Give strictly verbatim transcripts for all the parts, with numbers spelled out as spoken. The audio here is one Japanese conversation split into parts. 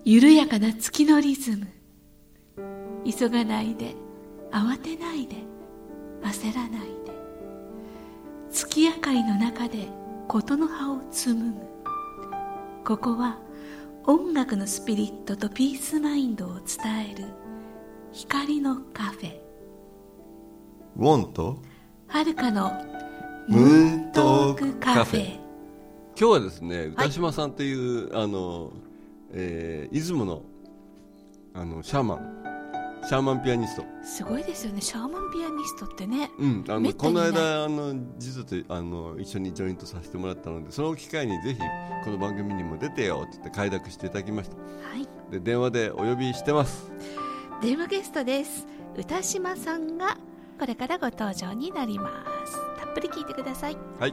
緩やかな月のリズム。急がないで、慌てないで、焦らないで、月明かりの中でことの葉を紡ぐ。ここは音楽のスピリットとピースマインドを伝える光のカフェ。 ウォンとはるかのムーントークカフェ。 今日はですね、歌島さんという、はい、あの、えー、出雲のあのシャーマンシャーマンピアニスト。 すごいですよね、シャーマンピアニストってね。 うん、あのこの間あの実はとあの一緒にジョイントさせてもらったので、その機会にぜひこの番組にも出てよって言って快諾していただきました。 はい。 で電話でお呼びしてます。 電話ゲストです。歌島さんがこれからご登場になります。たっぷり聞いてください。 はい。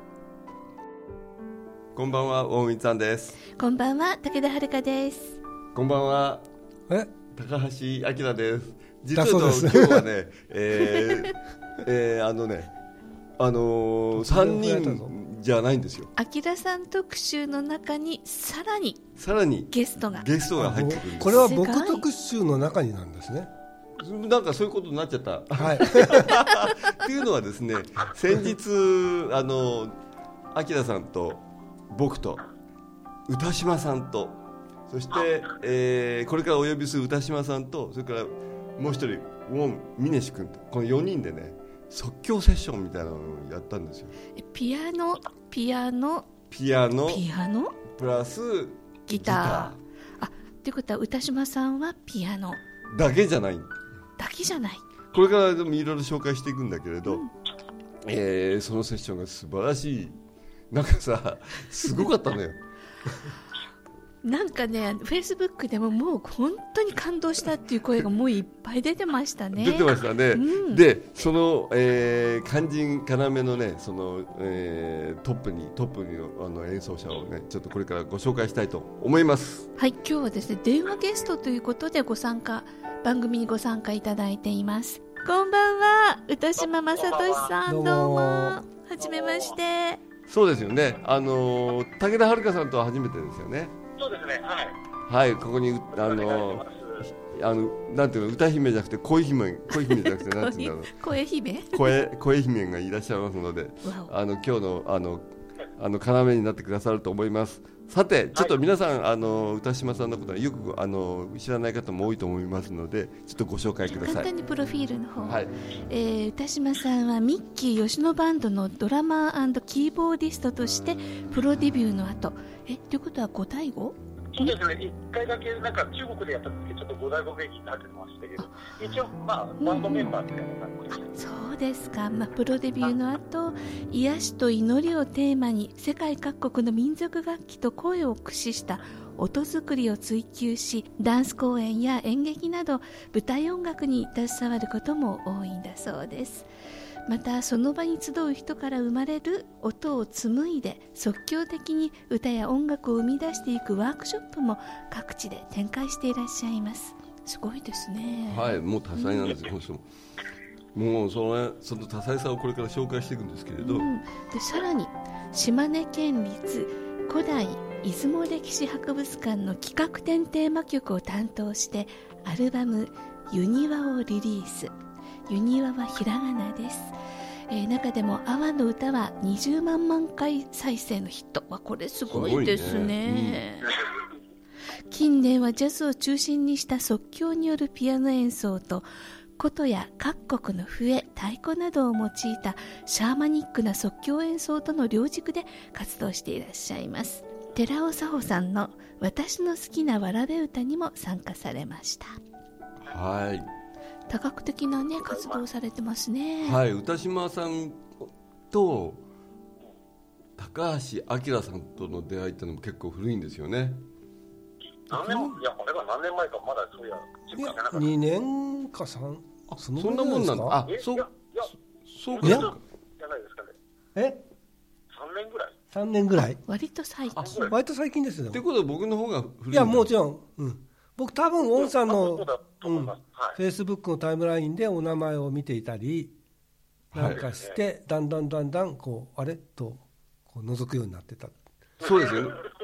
こんばんは、大水さんです。 こんばんは、武田遥です。 こんばんは、 え高橋明です。実は今日はね、えーえー、あのね、あのー、さんにんじゃないんですよ。 明さん特集の中にさらにさらにゲストがゲストが入ってくるんです。 これは僕特集の中になんですね。 なんかそういうことになっちゃった。 はい。 っていうのはですね、先日あの明さんと僕と歌島さんと、そして、えー、これからお呼びする歌島さんと、それからもう一人ウォン峰志君と、このよにんでね、即興セッションみたいなのをやったんですよ。 ピアノピアノピアノピアノプラスギター。あ、っていうことは歌島さんはピアノだけじゃないだけじゃない。 これからでもいろいろ紹介していくんだけれど、うん、えー、そのセッションが素晴らしい。なんかさ、すごかったのよ。 なんかね、フェイスブックでももう本当に感動したっていう声がもういっぱい出てましたね。 出てましたね、うん、でその、えー、肝心要のね、その、えー、トップにトップに の, あの演奏者をね、ちょっとこれからご紹介したいと思います。 はい、今日はですね、電話ゲストということでご参加番組にご参加いただいています。こんばんは、歌島正俊さん。どうも、どうもはじめまして。 そうですよね、あのー、武田遥さんとは初めてですよね。 そうですね、はい、 はい、ここにあのあのなんていうの、歌姫じゃなくて恋姫、恋姫じゃなくてなんていうんだろう、 声姫声声姫がいらっしゃいますので、あの今日のあのあの要になってくださると思います。さて、ちょっと皆さん、はい、あの歌島さんのことはよくあの知らない方も多いと思いますので、ちょっとご紹介ください。 簡単にプロフィールの方、 はい、 えー、歌島さんはミッキー吉野バンドのドラマー&キーボーディストとしてプロデビューの後、えということはご対ご？ そうですね、いっかいだけなんか中国でやった時ちょっとごだいご名義になってましたけど、一応、まあ、バンドメンバーみたいな感じでした。 そうですか、まあ、プロデビューの後、癒しと祈りをテーマに世界各国の民族楽器と声を駆使した音作りを追求し、ダンス公演や演劇など舞台音楽に携わることも多いんだそうです。またその場に集う人から生まれる音を紡いで即興的に歌や音楽を生み出していくワークショップも各地で展開していらっしゃいます。すごいですね。 はい、もう多彩なんですよ、うん、もうその、その多彩さをこれから紹介していくんですけれど、うん、 でさらに島根県立古代出雲歴史博物館の企画展テーマ曲を担当してアルバムユニワをリリース。ユニワはひらがなです。えー、中でも阿波の歌はにじゅうまんまんかい再生のヒット。わ、これすごいですね。うん、近年はジャズを中心にした即興によるピアノ演奏と琴や各国の笛、太鼓などを用いたシャーマニックな即興演奏との両軸で活動していらっしゃいます。寺尾佐穂さんの私の好きなわらべ歌にも参加されました。 はい、 多角的な、ね、活動をされてますね。 はい、歌島さんと高橋明さんとの出会いってのも結構古いんですよね。 何年いやこれが何年前かまだそういやいやにねんかさんあ そ, そんなもんなんだ。あ、そういやいやそうかじゃないですかね。 えさんねんぐらいさんねんぐらい割と最近。 割と最近ですよ。 ってことは僕の方が古い。 いやもちろん、うん、僕多分ウォンさんのフェイスブックのタイムラインでお名前を見ていたりなんかして、はい、だんだんだんだんこうあれとこう覗くようになってた。 そうですよね。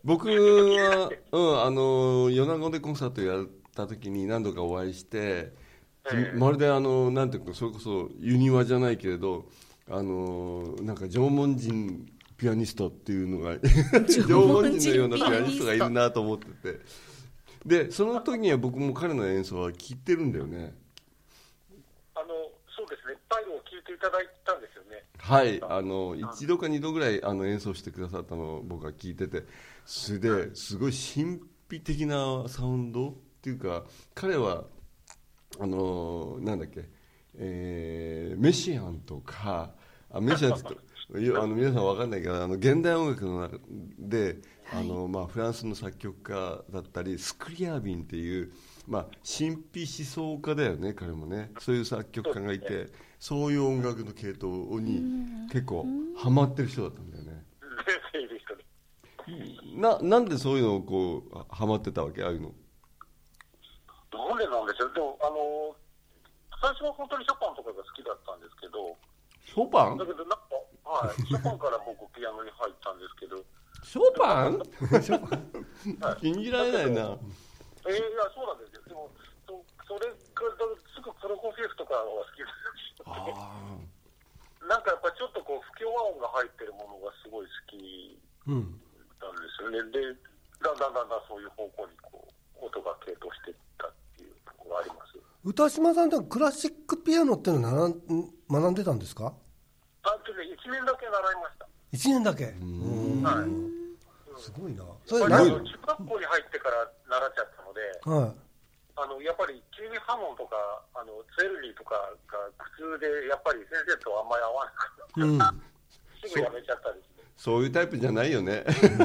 僕は、うん、あの米子でコンサートやった時に何度かお会いして、 ええまるであのなんていうかそれこそユニワじゃないけれど、あのなんか縄文人ピアニストっていうのが縄文人のようなピアニストがいるなと思ってて、でその時には僕も彼の演奏は聴いてるんだよね。 あのそうですね、いっぱいを聴いていただいたんですよね。 はい、あの一度か二度ぐらいあの演奏してくださったのを僕は聞いてて、それですごい神秘的なサウンドっていうか、彼はあのなんだっけ、えー、メシアンとか、あメシアンって言うとあの皆さん分かんないけど、あの現代音楽の中で、はい、あのまあ、フランスの作曲家だったりスクリアービンっていう、まあ、神秘思想家だよね、彼もね。そういう作曲家がいて、そういう音楽の系統に結構ハマってる人だったんだよね。な, なんでそういうのをこうハマってたわけ、ああいうの。 なんでなんでしょう。でもあの最初は本当にショパンとかが好きだったんですけど。 ショパン？ だけどなんか、はい、ショパンから僕ピアノに入ったんですけど。 ショパン？ショパン？信じられないな。 えー、いやそうなんですよ。でも そ, それからすぐプロコフィエフとかは好きです。あなんかやっぱりちょっとこう不協和音が入ってるものがすごい好きなんですよね。うん、でだんだんだんだんそういう方向にこう音が系統していったっていうところがあります。 歌島さんってクラシックピアノっていうのを学んでたんですか？ あとね、いちねんだけ習いました。 いちねんだけ。うん、はい、すごいな。それ何？中学校に入ってから習っちゃったので、 はい、 あのやっぱりキーミ・ハモンとかあのツェルニーとかが苦痛でやっぱり先生とあんまり合わなかった、うん、すぐやめちゃったですね。 そういうタイプじゃないよね。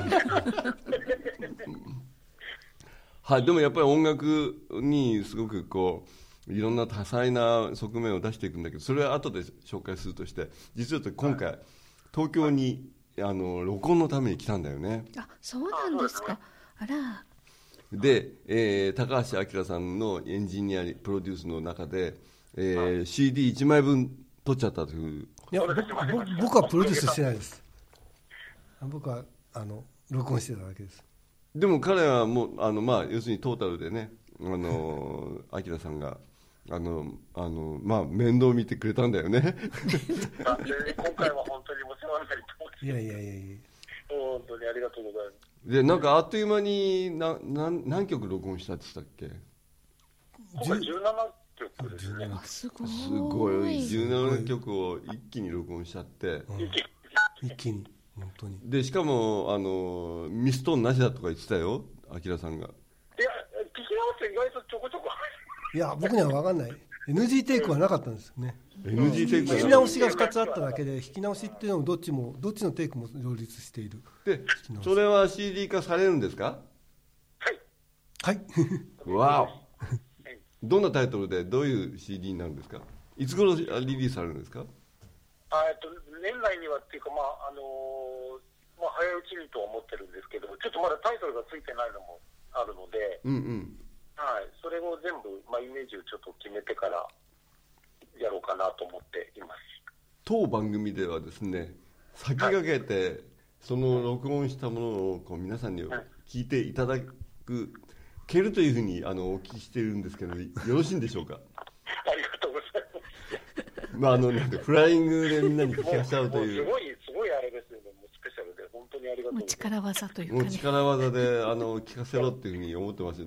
はい、でもやっぱり音楽にすごくこういろんな多彩な側面を出していくんだけど、それは後で紹介するとして、実は今回、はい、東京にあの録音のために来たんだよね。 あ、そうなんですか。あら。 で、えー、高橋明さんのエンジニアプロデュースの中で、えーはい、シーディーいち 枚分取っちゃったという。 いや、僕はプロデュースしてないです。僕はあの録音してただけです。 でも彼はもうあの、まあ、要するにトータルでね、あの明さんがあのあの、まあ、面倒見てくれたんだよね。 今回は本当にお世話になりと思って。 いやいやいやいや、 本当にありがとうございます。 でなんかあっという間になな何曲録音したって言ったっけ？ 今回じゅうななきょくですね。 すごい。 すごい。じゅうななきょくを一気に録音しちゃって、うん、 一気に本当に。 でしかもあのミストーンなしだとか言ってたよ、明さんが。 いや、聞き直して意外とちょこちょこ。 いや、僕には分かんない。エヌジー テイクはなかったんですよね。 エヌジー テイクは弾き直しがふたつあっただけで、弾き直しっていうのもどっちもどっちのテイクも両立している。 で、それは シーディー 化されるんですか？ はい。 はい。 わお。どんなタイトルでどういう シーディー になるんですか？いつ頃リリースされるんですか？ あえっと年内にはっていうか、まああのーまあ、早いうちにとは思ってるんですけど、ちょっとまだタイトルがついてないのもあるので、 うんうん、 はい、それを全部、まあ、イメージをちょっと決めてからやろうかなと思っています。 当番組ではですね、先駆けて、はい、その録音したものをこう皆さんに聞いていただく、けるというふうにあのお聞きしているんですけど、よろしいんでしょうか？ ありがとうございます。 まああのなんかフライングでみんなに聞かせちゃうという。 すごいすごいあれですよね。もうスペシャルで本当にありがとうございます。 力技というか、ね、 もう力技であの聞かせろっていうふうに思ってます。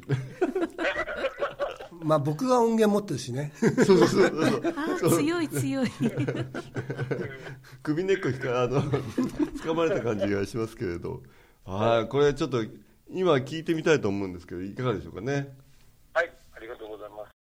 まあ僕が音源持ってるしね。 そうそうそうそう。 あ、強い強い。 首根っこひかあの掴まれた感じがしますけれど、はい、これちょっと今聞いてみたいと思うんですけど、いかがでしょうかね。 はい、ありがとうございます。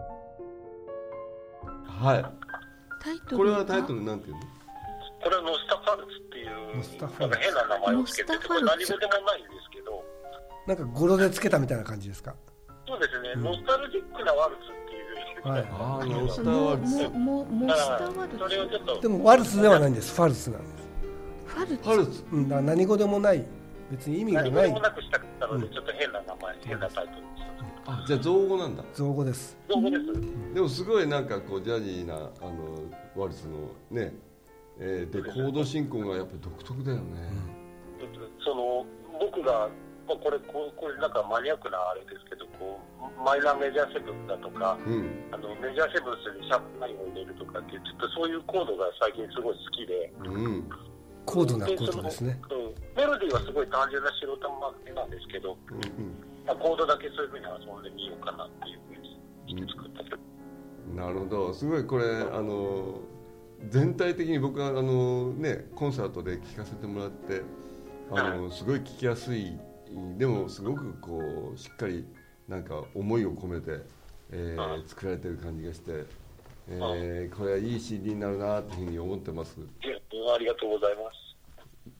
はいタイトルこれはタイトルなんていうの？ これはノスタファルツっていうノスタファルツなんか変な名前をつけてて、これ何語でもないんですけど、 なんか語呂でつけたみたいな感じですか？ そうですね、うん、ノスタルジックなワルツっていう、はい、 ああノスタワルツももモスタワルツ。 それをちょっとでもワルツではないんです。ファルツなんです。 ファルツ。 ファルツ、 うん、だから何語でもない別に意味がない。 何語でもなくしたかったので、ちょっと変な名前、うん、変なタイトルにした。 あ、じゃあ造語なんだ。 造語です。 造語です。 でもすごいなんかこうジャジーなあのワルツのね、えー、でコード進行がやっぱり独特だよね。 うん、その僕がこれこれこれなんかマニアックなあれですけど、こうマイナーメジャーセブンだとか、うん、あのメジャーセブンスにシャープナインを入れるとかっていうちょっとそういうコードが最近すごい好きで。うん、 高度なコードですね。 うん、メロディーはすごい単純な白玉なんですけど、うんうん、コードだけそういうふうに遊んでみようかなっていうふうにして作った曲、 うん、なるほど。すごいこれあの全体的に僕はあのねコンサートで聴かせてもらってあのすごい聴きやすい、でもすごくこうしっかりなんか思いを込めて、えー、作られてる感じがして、えー、これはいい シーディー になるなというふうに思ってます。 ありがとうございます。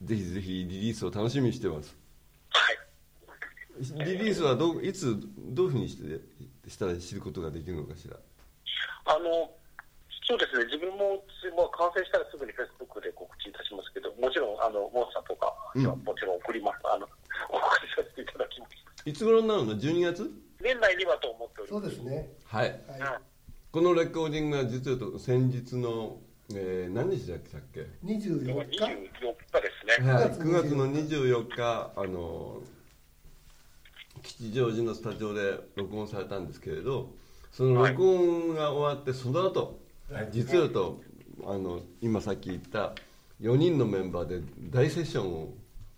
ぜひぜひリリースを楽しみにしてます。 はい。 リリースはどういつどういうふうにしてしたら知ることができるのかしら。 あのそうですね。自分も、まあ、完成したらすぐにフェイスブックで告知いたしますけど、もちろんあのモンスターとかにはもちろん送ります。うん、あのお送りさせていただきます。 いつ頃になるの？じゅうにがつ？ 年内にはと思っております。 そうですね。 はい。はい、このレコーディングは実は言うと先日のえー、何日だっけ？ にじゅうよっか。 にじゅうよっかですね。 はい、くがつのにじゅうよっか、あの吉祥寺のスタジオで録音されたんですけれど、その録音が終わってその後、はい、実はとあの今さっき言ったよにんのメンバーで大セッションを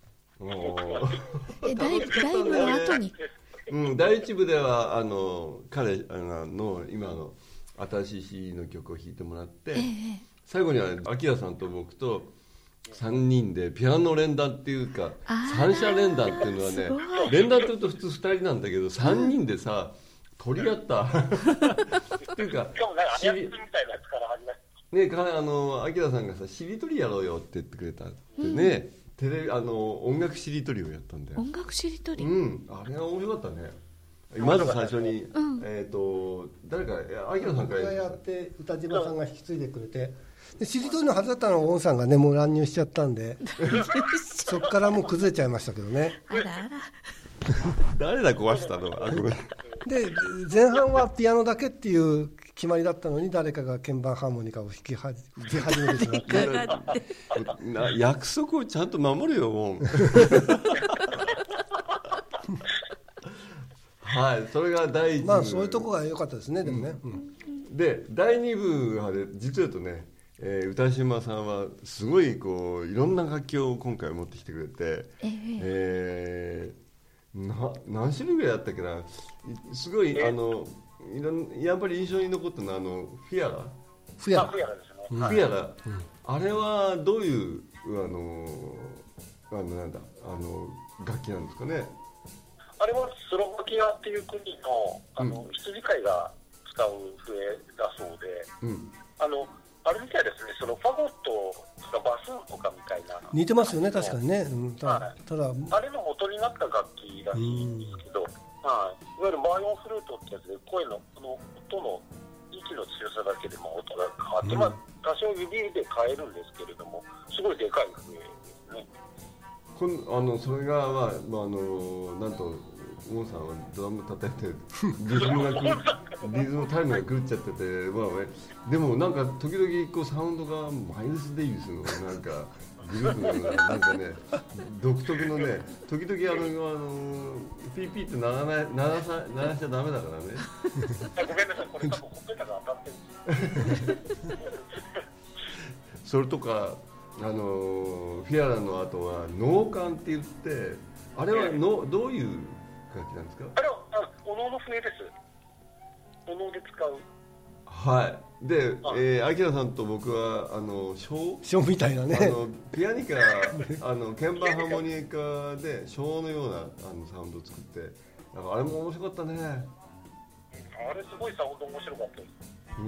えだいだいぶ後に、 うん、第一部ではあの彼の今の新しい シーディー の曲を弾いてもらって、えー、最後にはアキラさんと僕とさんにんでピアノ連弾っていうか三者連弾っていうのはね、連弾っていうと普通ふたりなんだけどさんにんでさ、うん、取り合ったっていうかしりねかあのアキラさんがさしりとりやろうよって言ってくれたってね、うん、テレビあの音楽しりとりをやったんだよ。 音楽しりとり、 うん、あれは面白かったね。まず最初に、うん、えーと誰かアキラさんからやって歌島さんが引き継いでくれて、でしりとりのはずだったのをオンさんがねもう乱入しちゃったんでそっからもう崩れちゃいましたけどね。 あらあら誰だ壊したのはで前半はピアノだけっていう決まりだったのに誰かが鍵盤ハーモニカを弾き始めてしまってな約束をちゃんと守るよもうはい、それが第一部。 まあそういうとこが良かったですね、でもね、うんうん、でだいに部はで実は言うとね、えー、歌島さんはすごいこういろんな楽器を今回持ってきてくれて、えーえー、な何種類ぐらいあったっけな、すごいあのいろんやっぱり印象に残ったのはあのフィアラフィアラフィアラですね、 フィアラ、うん、あれはどういうあのあのなんだあの楽器なんですかね。 あれはスロバキアっていう国の、あの、うん、羊飼いが使う笛だそうで、うん、あのあれみたいですね、そのファゴットとかバスーンとかみたいな似てますよね、確かにね、うん、ただ、はい、ただあれの元になった楽器らしいんですけど、はい、いわゆるバーヨンフルートってやつで声のこの音の息の強さだけでも音が変わって、うん、まあ多少指で変えるんですけれどもすごいでかい笛ですね。 このあのそれが、まあまあ、あのなんとモンさんはドラム叩いてリズムがリズムタイムが狂っちゃってて、まあね、でもなんか時々こうサウンドがマイルス・デイビスのなんかグループのなんかね独特のね時々あのあのピーピーって鳴らない鳴らさ鳴らしちゃダメだからね。 ごめんなさい、これ多分ほっぺたが当たってる。 それとかあのフィアラの後は脳幹って言ってあれはのどういう楽器なんですか。 あれはお能の笛です。お能で使う。 はい。で、えー、アキラさんと僕はあの小小みたいなね。 あのピアニカあの鍵盤ハーモニカで小のようなあのサウンドを作って、なんかあれも面白かったね。 あれすごいサウンド面白かったです。 うん。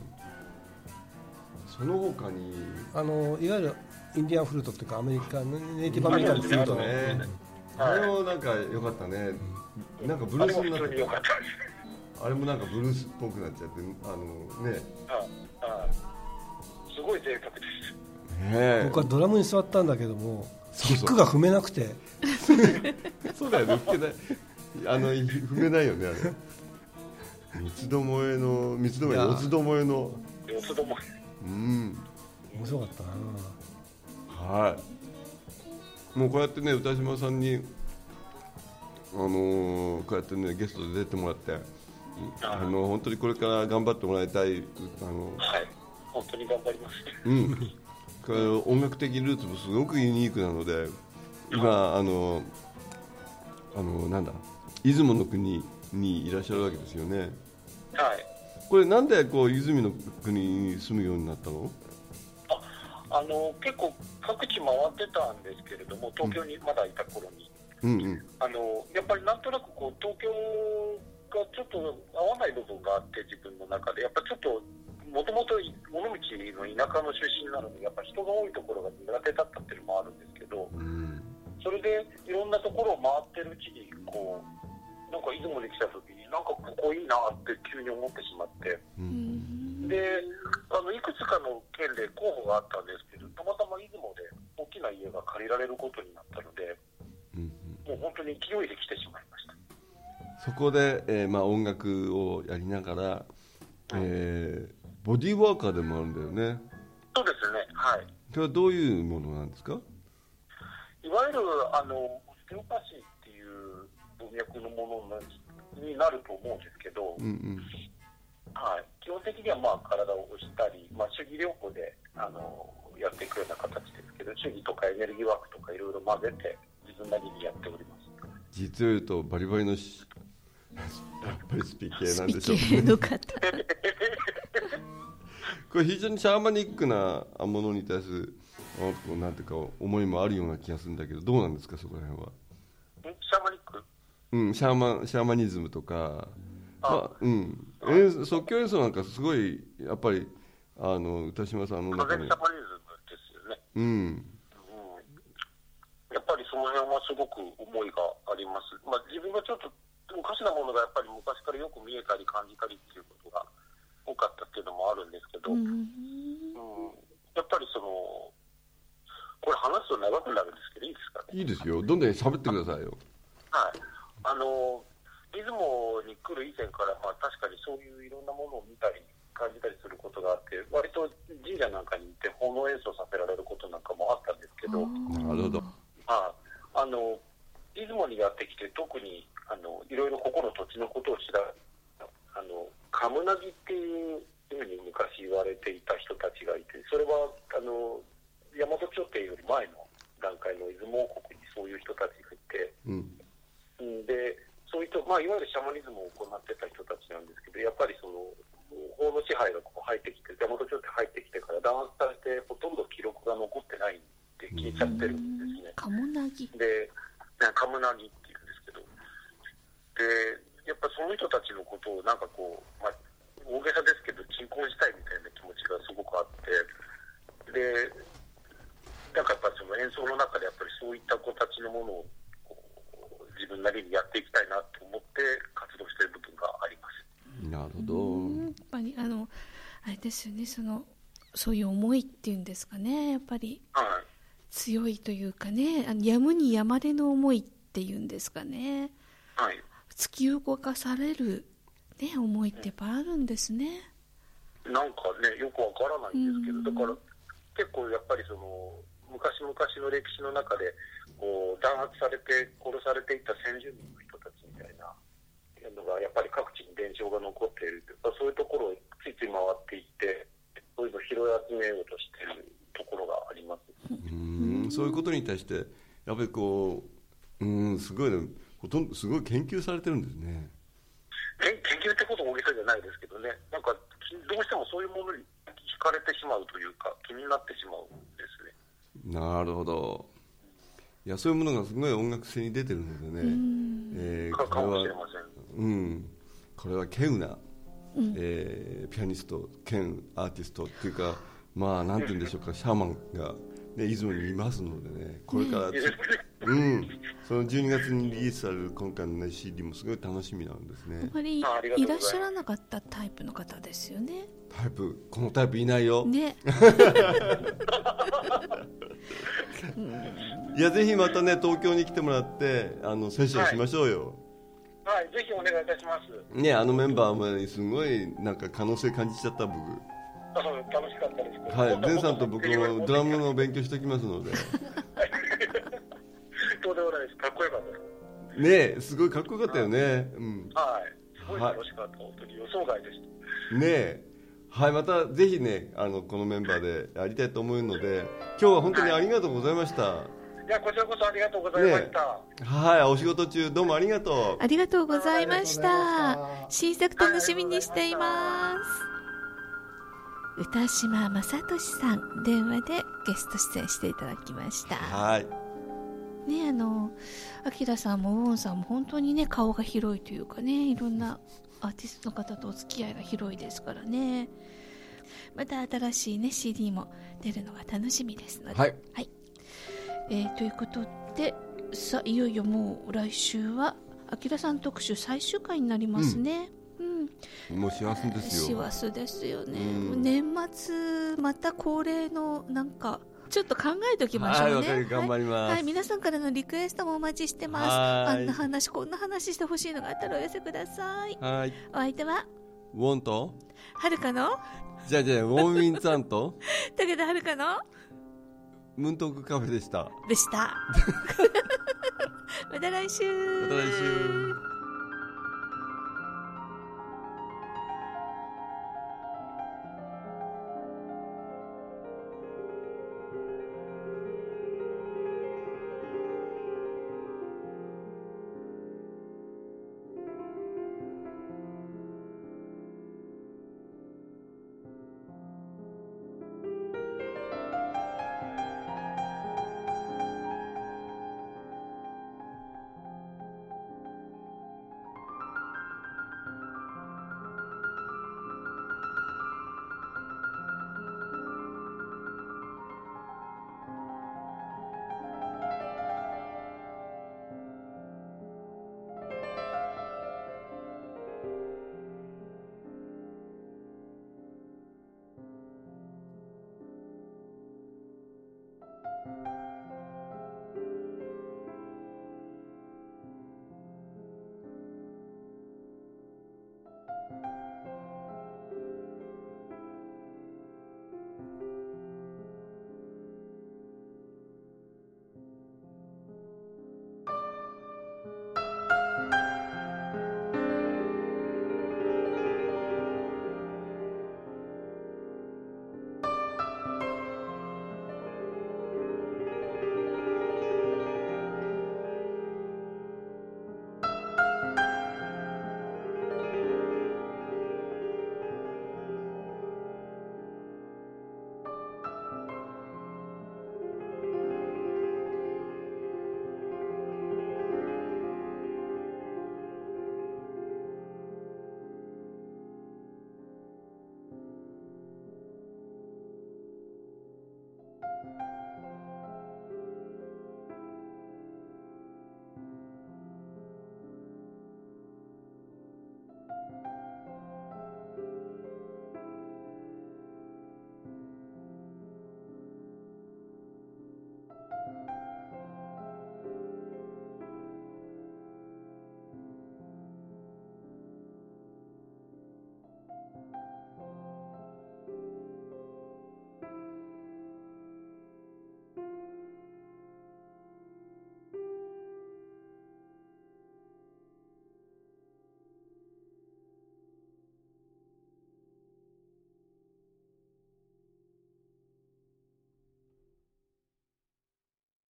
その他にあのいわゆるインディアンフルートっていうかアメリカのネイティブアメリカンフルートね。あれもなんか良かったね。なんかブルースになって。あれもなんかブルースっぽくなっちゃってあのね。 ああすごい贅沢です。 ね、 僕はドラムに座ったんだけどもキックが踏めなくて。 そうだよね。踏めない。あの踏めないよねあれ。三つどもえの三つどもえ四つどもえの四つどもえ。 うん。 面白かったな。 はい。もうこうやってね歌島さんにあのー、こうやってねゲストで出てもらって、あの本当にこれから頑張ってもらいたいあのはい本当に頑張ります。 うん。これ音楽的ルーツもすごくユニークなので、今あのあのなんだ出雲の国にいらっしゃるわけですよね。 はい。 これなんでこう出雲の国に住むようになったの？ あ、あの結構各地回ってたんですけれども、東京にまだいた頃に、 うんうん、 あのやっぱりなんとなくこう東京がちょっと合わない部分があって、自分の中でやっぱちょっともともと尾道の田舎の出身なので、やっぱ人が多いところが苦手だったっていうのもあるんですけど、うん、それでいろんなところを回ってるうちにこうなんか出雲に来た時になんかここいいなって急に思ってしまって、うん、であのいくつかの県で候補があったんですけど、たまたま出雲で大きな家が借りられることになったので、うん、もう本当に勢いで来てしまいました。 そこで、えーまあ、音楽をやりながら、えー、ボディーワーカーでもあるんだよね。 そうですね、はい。 それはどういうものなんですか？ いわゆるあのオステオパシーっていう文脈のものになると思うんですけど、うんうんはい、基本的にはまあ体を押したり、まあ、手技療法であのやっていくような形ですけど、手技とかエネルギーワークとかいろいろ混ぜて自分なりにやっております。実を言うとバリバリのしやっぱりスピ系なんでしょう。 スピ系の方これ非常にシャーマニックなものに対するなんていうか思いもあるような気がするんだけど、どうなんですかそこら辺は。 シャーマニック、 うん、シャーマンシャーマニズムとか、あ、まあ、うん、演即興演奏なんかすごいやっぱりあの歌島さんの中にシャーマニズムですよね。うん、うん、やっぱりその辺はすごく思いがあります。まあ、自分がちょっとおかしなものがやっぱり昔からよく見えたり感じたりっていうことが多かったっていうのもあるんですけど、うんうん、やっぱりそのこれ話すと長くなるんですけどいいですかね。 いいですよ、どんどん喋ってくださいよ。 はい、あの出雲に来る以前から、まあ、確かにそういういろんなものを見たり感じたりすることがあって、割と神社なんかに行って奉納演奏させられることなんかもあったんですけど、 なるほど、 まあ、あの出雲にやってきて特にあのいろいろここの土地のことを知らあのカムナギっていうふうに昔言われていた人たちがいて、それはあの大和朝廷より前の段階の出雲王国にそういう人たちがいて、うん、でそういう人、まあ、いわゆるシャマニズムを行ってた人たちなんですけど、やっぱりその法の支配がここ入ってきて、大和朝廷入ってきてから弾圧されてほとんど記録が残ってないって聞いちゃってるんですね。 カムナギでカムナギっていうんですけど、でやっぱその人たちのことをなんかこう、まあ、大げさですけど鎮魂したいみたいな気持ちがすごくあって、でなんかやっぱりその演奏の中でやっぱりそういった子たちのものを自分なりにやっていきたいなと思って活動している部分があります。 なるほど。 やっぱりあのあれですよね、そのそういう思いっていうんですかね、やっぱり、はい、強いというかね、あのやむにやまれの思いっていうんですかね、はい、突き動かされる、ね、思いってやっぱあるんですね。 なんかねよくわからないんですけど、だから結構やっぱりその昔々の歴史の中でこう弾圧されて殺されていた先住民の人たちみたいなのがやっぱり各地に伝承が残っているというか、そういうところをついつい回っていってそういうのを拾い集めようとしているところがあります。 うーん、そういうことに対してやっぱりこう、うーんすごい、ね、ほとんどすごい研究されてるんですね。 研究ってことは大げさじゃないですけどね、なんかどうしてもそういうものに惹かれてしまうというか気になってしまうんですね。 なるほど。いやそういうものがすごい音楽性に出てるのでね、えー、 か, かもしれません。 うん、 これは稀有な、 うんえーピアニスト兼アーティストっていうか、まあなんて言うんでしょうか、シャーマンが、ね、出雲にいますのでね、これから、うん、そのじゅうにがつにリリースされる今回の、ね、シーディー もすごい楽しみなんですね。 あまりいらっしゃらなかったタイプの方ですよね。 タイプ、このタイプいないよ、 ねいやぜひまたね東京に来てもらってあのセッションしましょうよ。 はい、はい、ぜひお願いいたします。 ね、あのメンバーもすごいなんか可能性感じちゃった僕。 あ、楽しかったです。 はい、ゼンさんと僕もドラムの勉強しておきますので。 とんでもないです。かっこよかったです。 ねえ、すごいかっこよかったよね。うん。 はい。すごい楽しかった。本当に予想外でした。 ねえ、はい、またぜひね、あのこのメンバーでやりたいと思うので、今日は本当にありがとうございました。はい、 いや、こちらこそありがとうございました。 ね、はい、お仕事中どうもありがとう。 ありがとうございました。新作楽しみにしています。歌島正俊さん、電話でゲスト出演していただきました。 はい。 ね、あの明さんもウォンさんも本当にね顔が広いというかね、いろんなアーティストの方とお付き合いが広いですからね。また新しいね シーディー も出るのが楽しみですので、 はい、 はい、えー、ということで、さいよいよもう来週は明さん特集最終回になりますね。うん、 もう幸せですよ。 幸せですよね。 うん、 年末また恒例のなんかちょっと考えておきましょうね。 はい、頑張ります。 はいはい、皆さんからのリクエストもお待ちしてます。あんな話こんな話してほしいのがあったらお寄せください。 はい、 お相手はウォンとはるかのじゃあじゃあウォンウィンさんと武田はるかのムントークカフェでした。 でしたまた来週。 また来週。